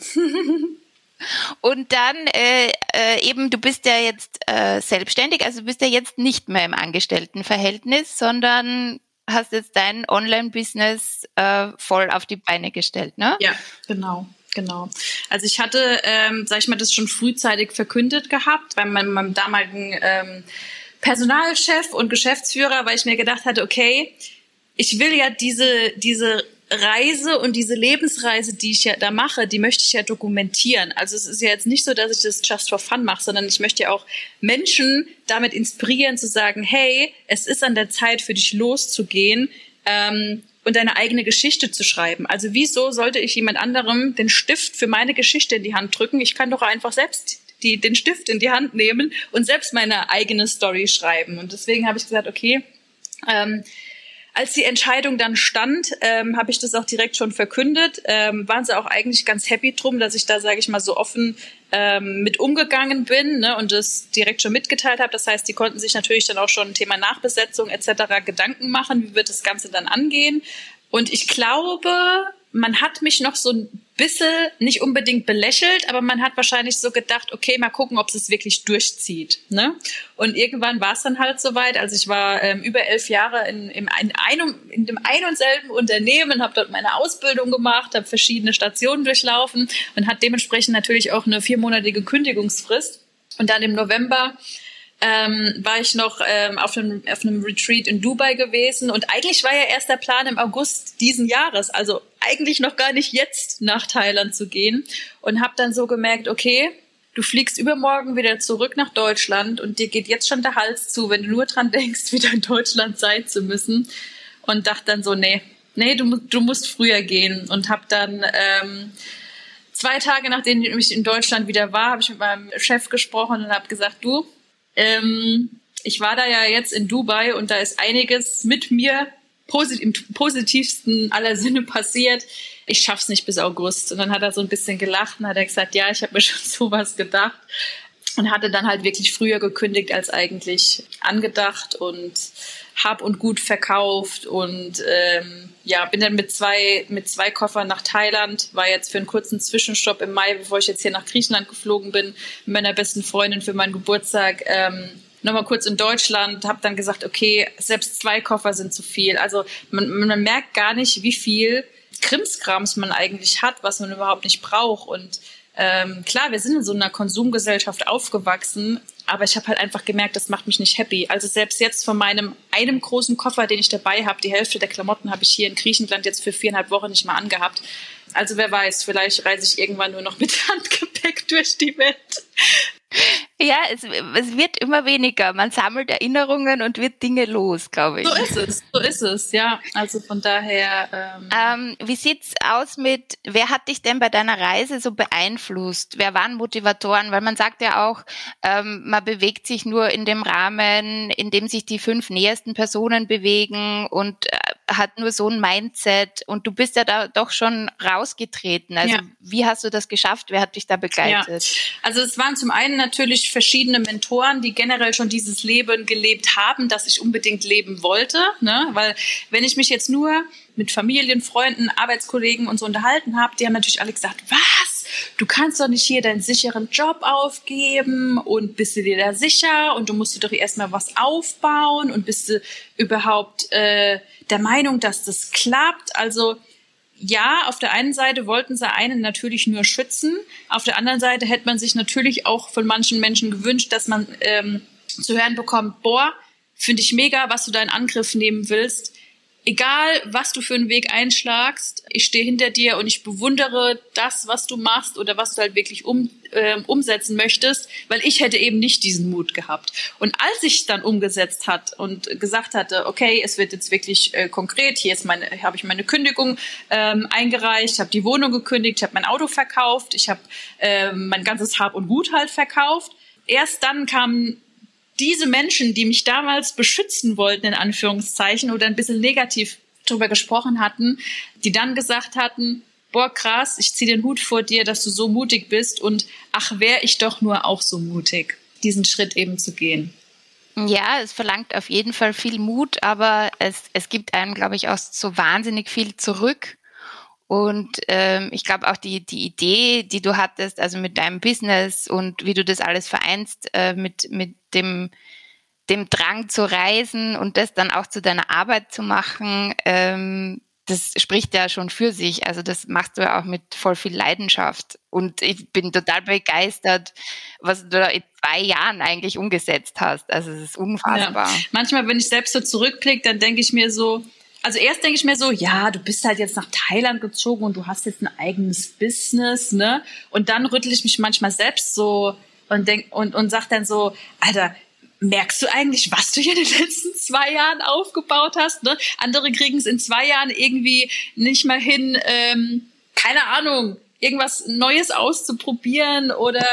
Und dann eben, du bist ja jetzt selbstständig, also du bist ja jetzt nicht mehr im Angestelltenverhältnis, sondern hast jetzt dein Online-Business voll auf die Beine gestellt, ne? Ja, genau. Also ich hatte, das schon frühzeitig verkündet gehabt bei meinem damaligen Personalchef und Geschäftsführer, weil ich mir gedacht hatte, okay, ich will ja diese Reise und diese Lebensreise, die ich ja da mache, die möchte ich ja dokumentieren. Also es ist ja jetzt nicht so, dass ich das just for fun mache, sondern ich möchte ja auch Menschen damit inspirieren, zu sagen, hey, es ist an der Zeit für dich loszugehen und deine eigene Geschichte zu schreiben. Also wieso sollte ich jemand anderem den Stift für meine Geschichte in die Hand drücken? Ich kann doch einfach selbst den Stift in die Hand nehmen und selbst meine eigene Story schreiben. Und deswegen habe ich gesagt, okay, als die Entscheidung dann stand, habe ich das auch direkt schon verkündet. Waren sie auch eigentlich ganz happy drum, dass ich da, sage ich mal, so offen mit umgegangen bin, ne, und das direkt schon mitgeteilt habe. Das heißt, die konnten sich natürlich dann auch schon Thema Nachbesetzung etc. Gedanken machen, wie wird das Ganze dann angehen. Und ich glaube, man hat mich noch so ein bisschen, nicht unbedingt belächelt, aber man hat wahrscheinlich so gedacht, okay, mal gucken, ob es wirklich durchzieht, ne? Und irgendwann war es dann halt soweit. Also ich war über 11 Jahre in dem ein und selben Unternehmen, habe dort meine Ausbildung gemacht, habe verschiedene Stationen durchlaufen und hat dementsprechend natürlich auch eine 4-monatige Kündigungsfrist. Und dann im November war ich noch auf einem Retreat in Dubai gewesen und eigentlich war ja erst der Plan im August diesen Jahres, also eigentlich noch gar nicht jetzt nach Thailand zu gehen und habe dann so gemerkt, okay, du fliegst übermorgen wieder zurück nach Deutschland und dir geht jetzt schon der Hals zu, wenn du nur dran denkst, wieder in Deutschland sein zu müssen und dachte dann so, nee, du musst früher gehen und habe dann 2 Tage nachdem ich in Deutschland wieder war, habe ich mit meinem Chef gesprochen und habe gesagt, du, ich war da ja jetzt in Dubai und da ist einiges mit mir im positivsten aller Sinne passiert. Ich schaff's nicht bis August. Und dann hat er so ein bisschen gelacht und hat er gesagt, ja, ich habe mir schon sowas gedacht. Und hatte dann halt wirklich früher gekündigt als eigentlich angedacht und Hab und Gut verkauft und bin dann mit zwei Koffern nach Thailand, war jetzt für einen kurzen Zwischenstopp im Mai, bevor ich jetzt hier nach Griechenland geflogen bin, mit meiner besten Freundin für meinen Geburtstag, nochmal kurz in Deutschland, habe dann gesagt, okay, selbst 2 Koffer sind zu viel. Also man merkt gar nicht, wie viel Krimskrams man eigentlich hat, was man überhaupt nicht braucht. Und klar, wir sind in so einer Konsumgesellschaft aufgewachsen, Aber ich habe halt einfach gemerkt, das macht mich nicht happy. Also selbst jetzt von einem großen Koffer, den ich dabei habe, die Hälfte der Klamotten habe ich hier in Griechenland jetzt für 4,5 Wochen nicht mal angehabt. Also wer weiß, vielleicht reise ich irgendwann nur noch mit Handgepäck durch die Welt. Ja, es wird immer weniger. Man sammelt Erinnerungen und wird Dinge los, glaube ich. So ist es, ja. Also von daher. Wie sieht's aus mit, wer hat dich denn bei deiner Reise so beeinflusst? Wer waren Motivatoren? Weil man sagt ja auch, man bewegt sich nur in dem Rahmen, in dem sich die 5 nähersten Personen bewegen und hat nur so ein Mindset. Und du bist ja da doch schon rausgetreten. Also Wie hast du das geschafft? Wer hat dich da begleitet? Ja. Also es waren zum einen natürlich verschiedene Mentoren, die generell schon dieses Leben gelebt haben, das ich unbedingt leben wollte. Ne? Weil wenn ich mich jetzt nur mit Familien, Freunden, Arbeitskollegen und so unterhalten habe, die haben natürlich alle gesagt, was? Du kannst doch nicht hier deinen sicheren Job aufgeben und bist du dir da sicher und du musst dir doch erstmal was aufbauen und bist du überhaupt der Meinung, dass das klappt? Also ja, auf der einen Seite wollten sie einen natürlich nur schützen. Auf der anderen Seite hätte man sich natürlich auch von manchen Menschen gewünscht, dass man zu hören bekommt, boah, finde ich mega, was du da in Angriff nehmen willst. Egal, was du für einen Weg einschlagst, ich stehe hinter dir und ich bewundere das, was du machst oder was du halt wirklich umsetzen möchtest, weil ich hätte eben nicht diesen Mut gehabt. Und als ich es dann umgesetzt hat und gesagt hatte, okay, es wird jetzt wirklich konkret, hier ist habe ich meine Kündigung eingereicht, habe die Wohnung gekündigt, ich habe mein Auto verkauft, ich habe mein ganzes Hab und Gut halt verkauft. Erst dann kamen diese Menschen, die mich damals beschützen wollten, in Anführungszeichen, oder ein bisschen negativ drüber gesprochen hatten, die dann gesagt hatten, boah, krass, ich ziehe den Hut vor dir, dass du so mutig bist und ach, wäre ich doch nur auch so mutig, diesen Schritt eben zu gehen. Ja, es verlangt auf jeden Fall viel Mut, aber es gibt einem, glaube ich, auch so wahnsinnig viel zurück. Und ich glaube auch die Idee, die du hattest, also mit deinem Business und wie du das alles vereinst, mit dem Drang zu reisen und das dann auch zu deiner Arbeit zu machen, das spricht ja schon für sich. Also das machst du ja auch mit voll viel Leidenschaft. Und ich bin total begeistert, was du da in 2 Jahren eigentlich umgesetzt hast. Also es ist unfassbar. Ja. Manchmal, wenn ich selbst so zurückblicke, dann denke ich mir so, also erst denke ich mir so, ja, du bist halt jetzt nach Thailand gezogen und du hast jetzt ein eigenes Business, ne? Und dann rüttle ich mich manchmal selbst so und und sag dann so, Alter, merkst du eigentlich, was du hier in den letzten 2 Jahren aufgebaut hast, ne? Andere kriegen es in 2 Jahren irgendwie nicht mal hin, keine Ahnung, irgendwas Neues auszuprobieren oder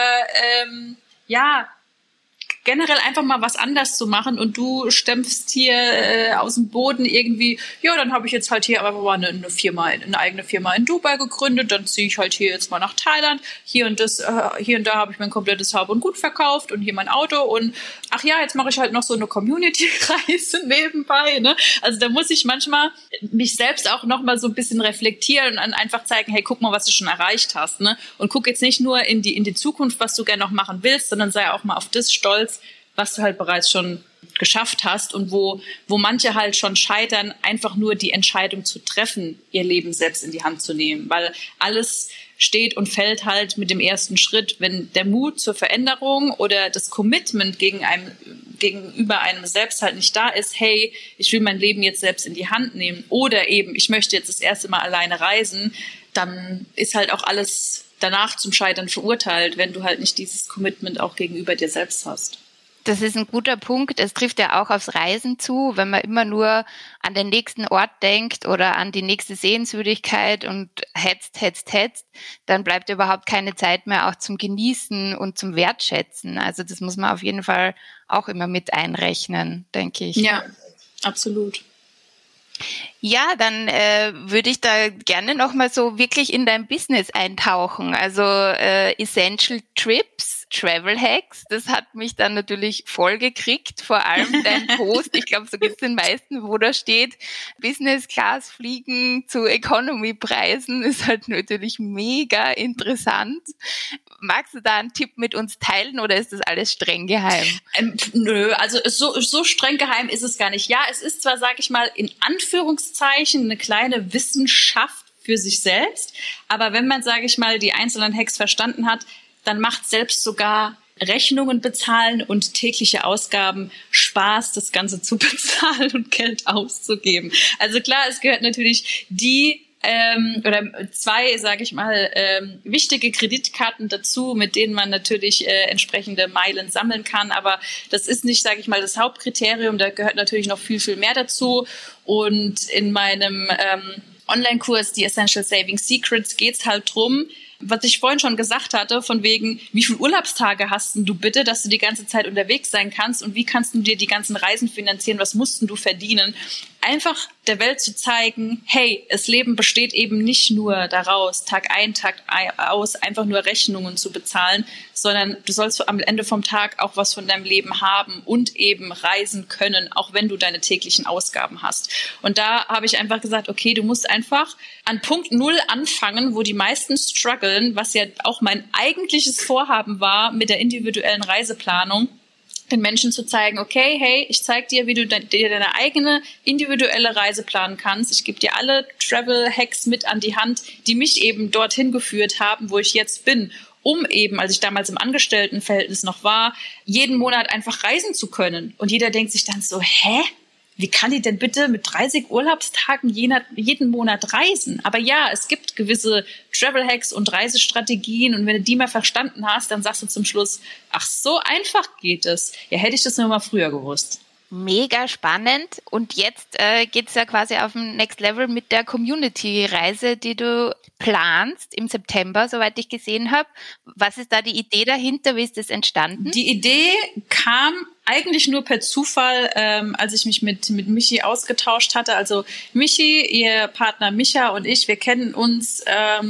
generell einfach mal was anders zu machen und du stempfst hier aus dem Boden irgendwie, ja, dann habe ich jetzt halt hier einfach mal eine eigene Firma in Dubai gegründet, dann ziehe ich halt hier jetzt mal nach Thailand, hier und da habe ich mein komplettes Hab und Gut verkauft und hier mein Auto und ach ja, jetzt mache ich halt noch so eine Community-Reise nebenbei, ne? Also da muss ich manchmal mich selbst auch noch mal so ein bisschen reflektieren und einfach zeigen, hey, guck mal, was du schon erreicht hast, ne? Und guck jetzt nicht nur in die Zukunft, was du gerne noch machen willst, sondern sei auch mal auf das stolz, was du halt bereits schon geschafft hast und wo manche halt schon scheitern, einfach nur die Entscheidung zu treffen, ihr Leben selbst in die Hand zu nehmen, weil alles steht und fällt halt mit dem ersten Schritt. Wenn der Mut zur Veränderung oder das Commitment gegenüber einem selbst halt nicht da ist, hey, ich will mein Leben jetzt selbst in die Hand nehmen oder eben, ich möchte jetzt das erste Mal alleine reisen, dann ist halt auch alles danach zum Scheitern verurteilt, wenn du halt nicht dieses Commitment auch gegenüber dir selbst hast. Das ist ein guter Punkt. Es trifft ja auch aufs Reisen zu, wenn man immer nur an den nächsten Ort denkt oder an die nächste Sehenswürdigkeit und hetzt, dann bleibt überhaupt keine Zeit mehr auch zum Genießen und zum Wertschätzen. Also das muss man auf jeden Fall auch immer mit einrechnen, denke ich. Ja, absolut. Ja, dann würde ich da gerne nochmal so wirklich in dein Business eintauchen. Also Essential Trips, Travel Hacks, das hat mich dann natürlich voll gekriegt, vor allem dein Post. Ich glaube, so geht's den meisten, wo da steht, Business Class fliegen zu Economy-Preisen ist halt natürlich mega interessant. Magst du da einen Tipp mit uns teilen oder ist das alles streng geheim? Nö, also so streng geheim ist es gar nicht. Ja, es ist zwar, sag ich mal, in Anführungszeichen eine kleine Wissenschaft für sich selbst, aber wenn man, sage ich mal, die einzelnen Hacks verstanden hat, dann macht selbst sogar Rechnungen bezahlen und tägliche Ausgaben Spaß, das Ganze zu bezahlen und Geld auszugeben. Also klar, es gehört natürlich oder zwei, sage ich mal, wichtige Kreditkarten dazu, mit denen man natürlich entsprechende Meilen sammeln kann. Aber das ist nicht, sage ich mal, das Hauptkriterium. Da gehört natürlich noch viel, viel mehr dazu. Und in meinem Online-Kurs, die Essential Saving Secrets, geht's halt drum, was ich vorhin schon gesagt hatte, von wegen, wie viele Urlaubstage hast denn du bitte, dass du die ganze Zeit unterwegs sein kannst und wie kannst du dir die ganzen Reisen finanzieren, was musst denn du verdienen? Einfach der Welt zu zeigen, hey, das Leben besteht eben nicht nur daraus, Tag ein, Tag aus, einfach nur Rechnungen zu bezahlen, sondern du sollst am Ende vom Tag auch was von deinem Leben haben und eben reisen können, auch wenn du deine täglichen Ausgaben hast. Und da habe ich einfach gesagt, okay, du musst einfach an Punkt Null anfangen, wo die meisten strugglen, was ja auch mein eigentliches Vorhaben war mit der individuellen Reiseplanung, den Menschen zu zeigen, okay, hey, ich zeige dir, wie du dir deine eigene individuelle Reise planen kannst. Ich gebe dir alle Travel-Hacks mit an die Hand, die mich eben dorthin geführt haben, wo ich jetzt bin, um eben, als ich damals im Angestelltenverhältnis noch war, jeden Monat einfach reisen zu können. Und jeder denkt sich dann so, hä? Wie kann die denn bitte mit 30 Urlaubstagen jeden Monat reisen? Aber ja, es gibt gewisse Travel-Hacks und Reisestrategien und wenn du die mal verstanden hast, dann sagst du zum Schluss, ach, so einfach geht es. Ja, hätte ich das nur mal früher gewusst. Mega spannend. Und jetzt geht's ja quasi auf ein Next Level mit der Community-Reise, die du planst im September, soweit ich gesehen habe. Was ist da die Idee dahinter? Wie ist das entstanden? Die Idee kam eigentlich nur per Zufall, als ich mich mit Michi ausgetauscht hatte. Also Michi, ihr Partner Micha und ich, wir kennen uns,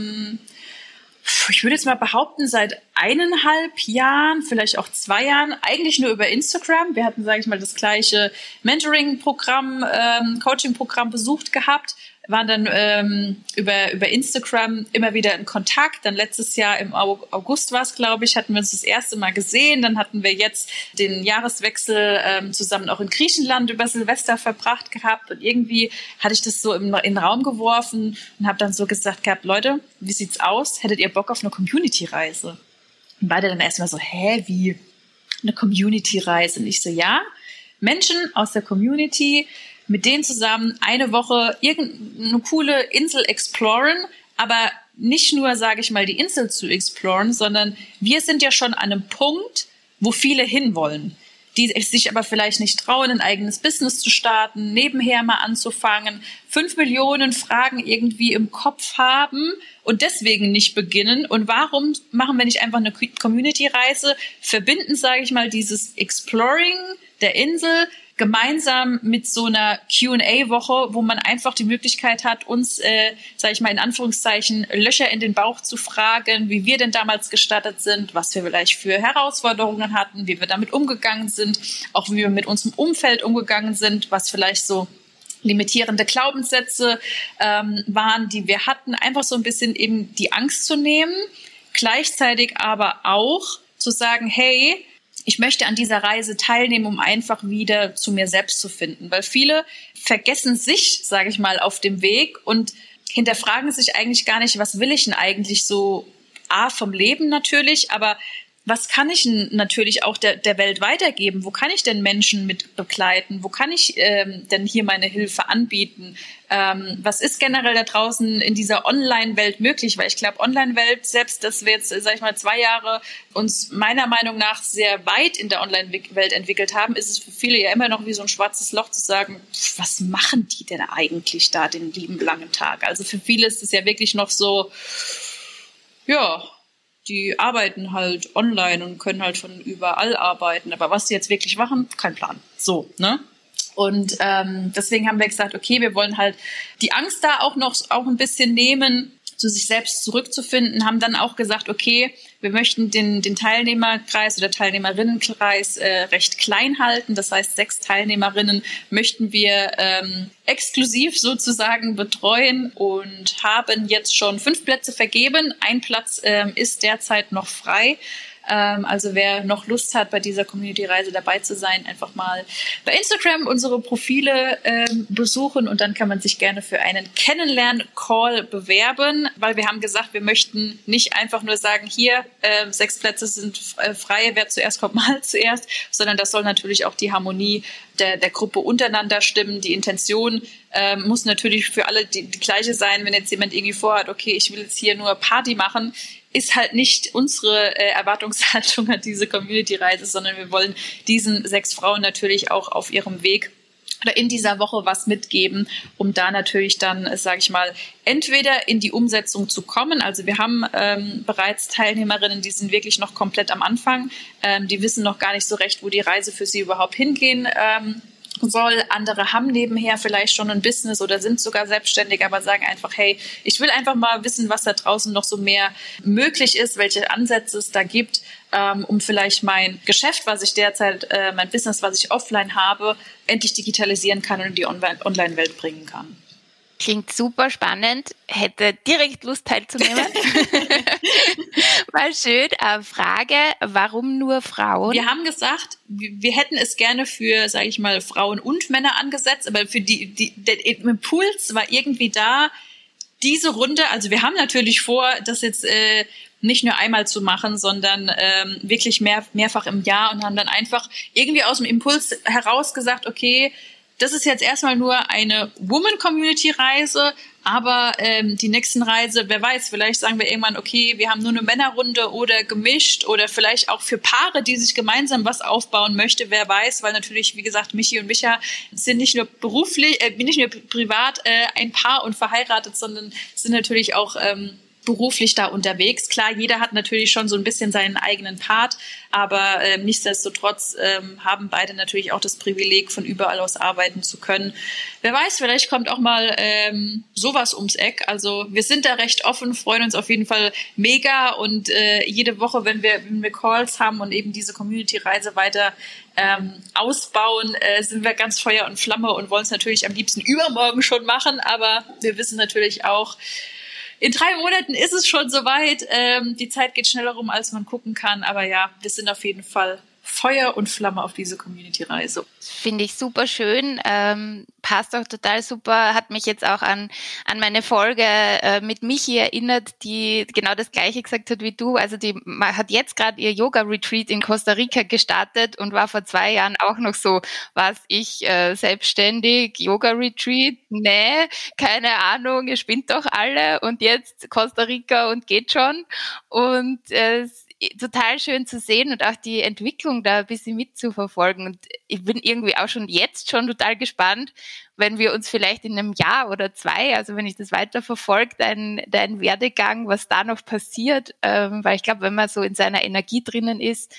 ich würde jetzt mal behaupten, seit 1,5 Jahren, vielleicht auch 2 Jahren, eigentlich nur über Instagram. Wir hatten, sage ich mal, das gleiche Mentoring-Programm, Coaching-Programm besucht gehabt, waren dann über Instagram immer wieder in Kontakt. Dann letztes Jahr im August war es, glaube ich, hatten wir uns das erste Mal gesehen. Dann hatten wir jetzt den Jahreswechsel zusammen auch in Griechenland über Silvester verbracht gehabt. Und irgendwie hatte ich das so in den Raum geworfen und habe dann so gesagt gehabt, Leute, wie sieht's aus? Hättet ihr Bock auf eine Community-Reise? Und beide dann erstmal so, wie? Eine Community-Reise? Und ich so, ja, Menschen aus der Community, mit denen zusammen eine Woche irgendeine coole Insel exploren, aber nicht nur, sage ich mal, die Insel zu exploren, sondern wir sind ja schon an einem Punkt, wo viele hinwollen, die sich aber vielleicht nicht trauen, ein eigenes Business zu starten, nebenher mal anzufangen, 5 Millionen Fragen irgendwie im Kopf haben und deswegen nicht beginnen. Und warum machen wir nicht einfach eine Community-Reise, verbinden, sage ich mal, dieses Exploring der Insel gemeinsam mit so einer Q&A-Woche, wo man einfach die Möglichkeit hat, uns, sage ich mal in Anführungszeichen, Löcher in den Bauch zu fragen, wie wir denn damals gestartet sind, was wir vielleicht für Herausforderungen hatten, wie wir damit umgegangen sind, auch wie wir mit unserem Umfeld umgegangen sind, was vielleicht so limitierende Glaubenssätze waren, die wir hatten, einfach so ein bisschen eben die Angst zu nehmen, gleichzeitig aber auch zu sagen, hey, ich möchte an dieser Reise teilnehmen, um einfach wieder zu mir selbst zu finden. Weil viele vergessen sich, sage ich mal, auf dem Weg und hinterfragen sich eigentlich gar nicht, was will ich denn eigentlich so, vom Leben natürlich, aber was kann ich denn natürlich auch der Welt weitergeben? Wo kann ich denn Menschen mit begleiten? Wo kann ich denn hier meine Hilfe anbieten? Was ist generell da draußen in dieser Online-Welt möglich? Weil ich glaube, Online-Welt, selbst dass wir jetzt, sag ich mal, 2 Jahre uns meiner Meinung nach sehr weit in der Online-Welt entwickelt haben, ist es für viele ja immer noch wie so ein schwarzes Loch zu sagen, was machen die denn eigentlich da den lieben langen Tag? Also für viele ist es ja wirklich noch so, ja, die arbeiten halt online und können halt von überall arbeiten. Aber was sie jetzt wirklich machen, kein Plan. So, ne? Und deswegen haben wir gesagt, okay, wir wollen halt die Angst da auch ein bisschen nehmen, zu sich selbst zurückzufinden, haben dann auch gesagt, okay, wir möchten den Teilnehmerkreis oder Teilnehmerinnenkreis recht klein halten. Das heißt, 6 Teilnehmerinnen möchten wir exklusiv sozusagen betreuen und haben jetzt schon 5 Plätze vergeben. Ein Platz ist derzeit noch frei. Also wer noch Lust hat, bei dieser Community-Reise dabei zu sein, einfach mal bei Instagram unsere Profile besuchen und dann kann man sich gerne für einen Kennenlern-Call bewerben, weil wir haben gesagt, wir möchten nicht einfach nur sagen, hier 6 Plätze sind frei, wer zuerst kommt, mal zuerst, sondern das soll natürlich auch die Harmonie der Gruppe untereinander stimmen. Die Intention muss natürlich für alle die gleiche sein. Wenn jetzt jemand irgendwie vorhat, okay, ich will jetzt hier nur Party machen, ist halt nicht unsere Erwartungshaltung an diese Community-Reise, sondern wir wollen diesen 6 Frauen natürlich auch auf ihrem Weg oder in dieser Woche was mitgeben, um da natürlich dann, sage ich mal, entweder in die Umsetzung zu kommen. Also wir haben bereits Teilnehmerinnen, die sind wirklich noch komplett am Anfang. Die wissen noch gar nicht so recht, wo die Reise für sie überhaupt hingehen soll. Andere haben nebenher vielleicht schon ein Business oder sind sogar selbstständig, aber sagen einfach, hey, ich will einfach mal wissen, was da draußen noch so mehr möglich ist, welche Ansätze es da gibt, um vielleicht mein Geschäft, was ich derzeit, mein Business, was ich offline habe, endlich digitalisieren kann und in die Online-Welt bringen kann. Klingt super spannend. Hätte direkt Lust teilzunehmen. Mal schön. Frage, warum nur Frauen? Wir haben gesagt, wir hätten es gerne für, sage ich mal, Frauen und Männer angesetzt, aber für der Impuls war irgendwie da, diese Runde, also wir haben natürlich vor, das jetzt nicht nur einmal zu machen, sondern wirklich mehrfach im Jahr und haben dann einfach irgendwie aus dem Impuls heraus gesagt, okay, das ist jetzt erstmal nur eine Woman-Community-Reise, aber die nächsten Reise, wer weiß, vielleicht sagen wir irgendwann, okay, wir haben nur eine Männerrunde oder gemischt oder vielleicht auch für Paare, die sich gemeinsam was aufbauen möchte, wer weiß, weil natürlich, wie gesagt, Michi und Micha sind nicht nur beruflich, nicht nur privat ein Paar und verheiratet, sondern sind natürlich auch beruflich da unterwegs. Klar, jeder hat natürlich schon so ein bisschen seinen eigenen Part, aber nichtsdestotrotz haben beide natürlich auch das Privileg, von überall aus arbeiten zu können. Wer weiß, vielleicht kommt auch mal sowas ums Eck. Also wir sind da recht offen, freuen uns auf jeden Fall mega und jede Woche, wenn wir Calls haben und eben diese Community-Reise weiter ausbauen, sind wir ganz Feuer und Flamme und wollen es natürlich am liebsten übermorgen schon machen, aber wir wissen natürlich auch, in 3 Monaten ist es schon soweit. Die Zeit geht schneller rum, als man gucken kann. Aber ja, wir sind auf jeden Fall Feuer und Flamme auf diese Community-Reise. Finde ich super schön. Passt auch total super. Hat mich jetzt auch an meine Folge mit Michi erinnert, die genau das Gleiche gesagt hat wie du. Also die hat jetzt gerade ihr Yoga-Retreat in Costa Rica gestartet und war vor 2 Jahren auch noch so, was ich selbstständig, Yoga-Retreat? Nee, keine Ahnung, ihr spinnt doch alle. Und jetzt Costa Rica und geht schon. Und total schön zu sehen und auch die Entwicklung da ein bisschen mitzuverfolgen. Und ich bin irgendwie auch jetzt schon total gespannt, wenn wir uns vielleicht in einem Jahr oder 2, also wenn ich das weiter verfolge, dein Werdegang, was da noch passiert, weil ich glaube, wenn man so in seiner Energie drinnen ist,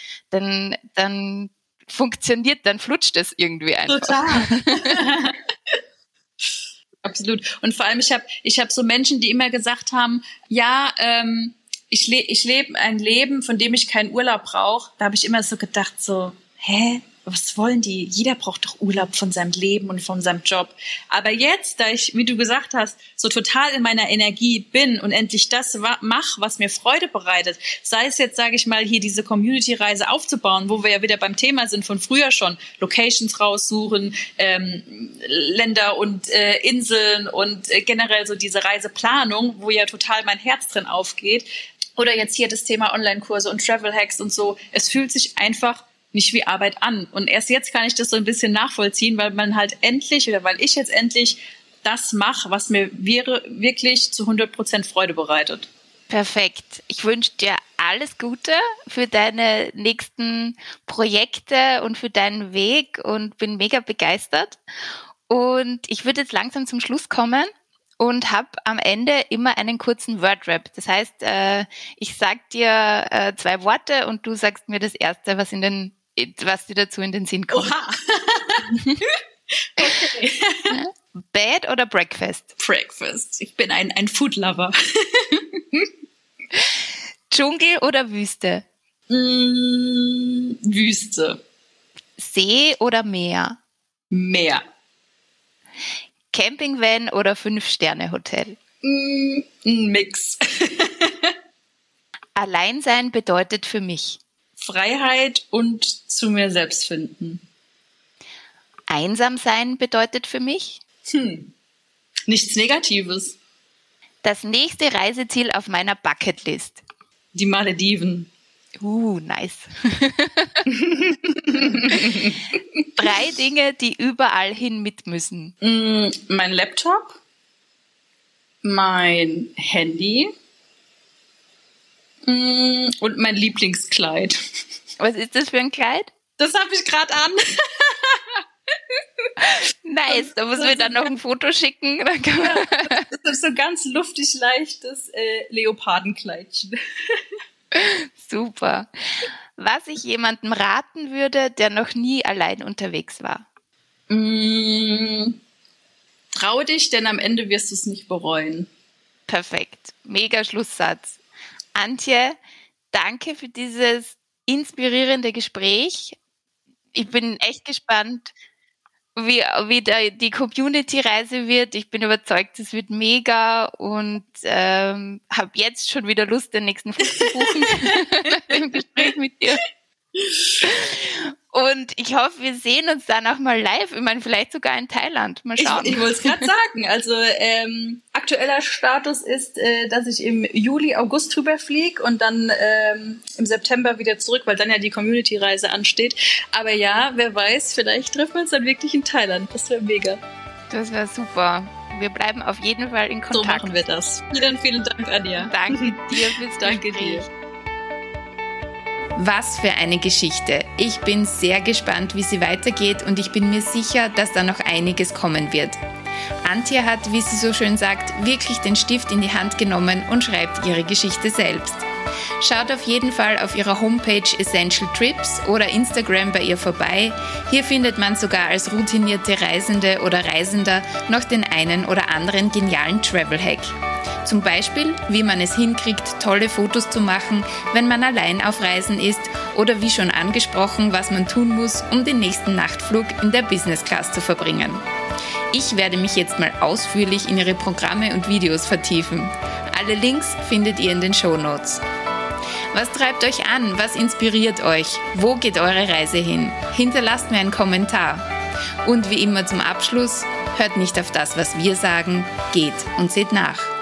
dann funktioniert, dann flutscht es irgendwie einfach. Total. Absolut. Und vor allem, ich hab so Menschen, die immer gesagt haben, ja, ich lebe ein Leben, von dem ich keinen Urlaub brauche. Da habe ich immer so gedacht, so, was wollen die? Jeder braucht doch Urlaub von seinem Leben und von seinem Job. Aber jetzt, da ich, wie du gesagt hast, so total in meiner Energie bin und endlich das mache, was mir Freude bereitet, sei es jetzt, sage ich mal, hier diese Community-Reise aufzubauen, wo wir ja wieder beim Thema sind von früher schon, Locations raussuchen, Länder und Inseln und generell so diese Reiseplanung, wo ja total mein Herz drin aufgeht. Oder jetzt hier das Thema Online-Kurse und Travel-Hacks und so. Es fühlt sich einfach nicht wie Arbeit an. Und erst jetzt kann ich das so ein bisschen nachvollziehen, weil man halt endlich, oder weil ich jetzt endlich das mache, was mir wirklich zu 100% Freude bereitet. Perfekt. Ich wünsche dir alles Gute für deine nächsten Projekte und für deinen Weg und bin mega begeistert. Und ich würde jetzt langsam zum Schluss kommen und habe am Ende immer einen kurzen Wordrap. Das heißt, ich sag dir 2 Worte und du sagst mir das erste, was dir dazu in den Sinn kommt. Oha! Okay. Bed oder Breakfast? Breakfast. Ich bin ein Food-Lover. Dschungel oder Wüste? Wüste. See oder Meer? Meer. Campingvan oder 5-Sterne-Hotel? Ein Mix. Alleinsein bedeutet für mich? Freiheit und zu mir selbst finden. Einsam sein bedeutet für mich? Nichts Negatives. Das nächste Reiseziel auf meiner Bucketlist. Die Malediven. Nice. 3 Dinge, die überall hin mit müssen. Mein Laptop, mein Handy und mein Lieblingskleid. Was ist das für ein Kleid? Das habe ich gerade an. Nice, da muss mir dann noch ein Foto schicken. Das ist so ein ganz luftig leichtes Leopardenkleidchen. Super. Was ich jemandem raten würde, der noch nie allein unterwegs war. Trau dich, denn am Ende wirst du es nicht bereuen. Perfekt. Mega Schlusssatz. Antje, danke für dieses inspirierende Gespräch. Ich bin echt gespannt, wie die Community-Reise wird. Ich bin überzeugt, es wird mega und habe jetzt schon wieder Lust, den nächsten Flug zu buchen im Gespräch mit dir. Und ich hoffe, wir sehen uns dann auch mal live. Ich meine, vielleicht sogar in Thailand. Mal schauen. Ich wollte es gerade sagen. Also aktueller Status ist, dass ich im Juli, August rüberfliege und dann im September wieder zurück, weil dann ja die Community-Reise ansteht. Aber ja, wer weiß, vielleicht treffen wir uns dann wirklich in Thailand. Das wäre mega. Das wäre super. Wir bleiben auf jeden Fall in Kontakt. So machen wir das. Vielen Dank, Anja. Danke dir fürs Danke Gespräch. dir. Was für eine Geschichte. Ich bin sehr gespannt, wie sie weitergeht und ich bin mir sicher, dass da noch einiges kommen wird. Antje hat, wie sie so schön sagt, wirklich den Stift in die Hand genommen und schreibt ihre Geschichte selbst. Schaut auf jeden Fall auf ihrer Homepage Essential Trips oder Instagram bei ihr vorbei. Hier findet man sogar als routinierte Reisende oder Reisender noch den einen oder anderen genialen Travel-Hack. Zum Beispiel, wie man es hinkriegt, tolle Fotos zu machen, wenn man allein auf Reisen ist oder wie schon angesprochen, was man tun muss, um den nächsten Nachtflug in der Business Class zu verbringen. Ich werde mich jetzt mal ausführlich in ihre Programme und Videos vertiefen. Alle Links findet ihr in den Shownotes. Was treibt euch an? Was inspiriert euch? Wo geht eure Reise hin? Hinterlasst mir einen Kommentar. Und wie immer zum Abschluss, hört nicht auf das, was wir sagen, geht und seht nach.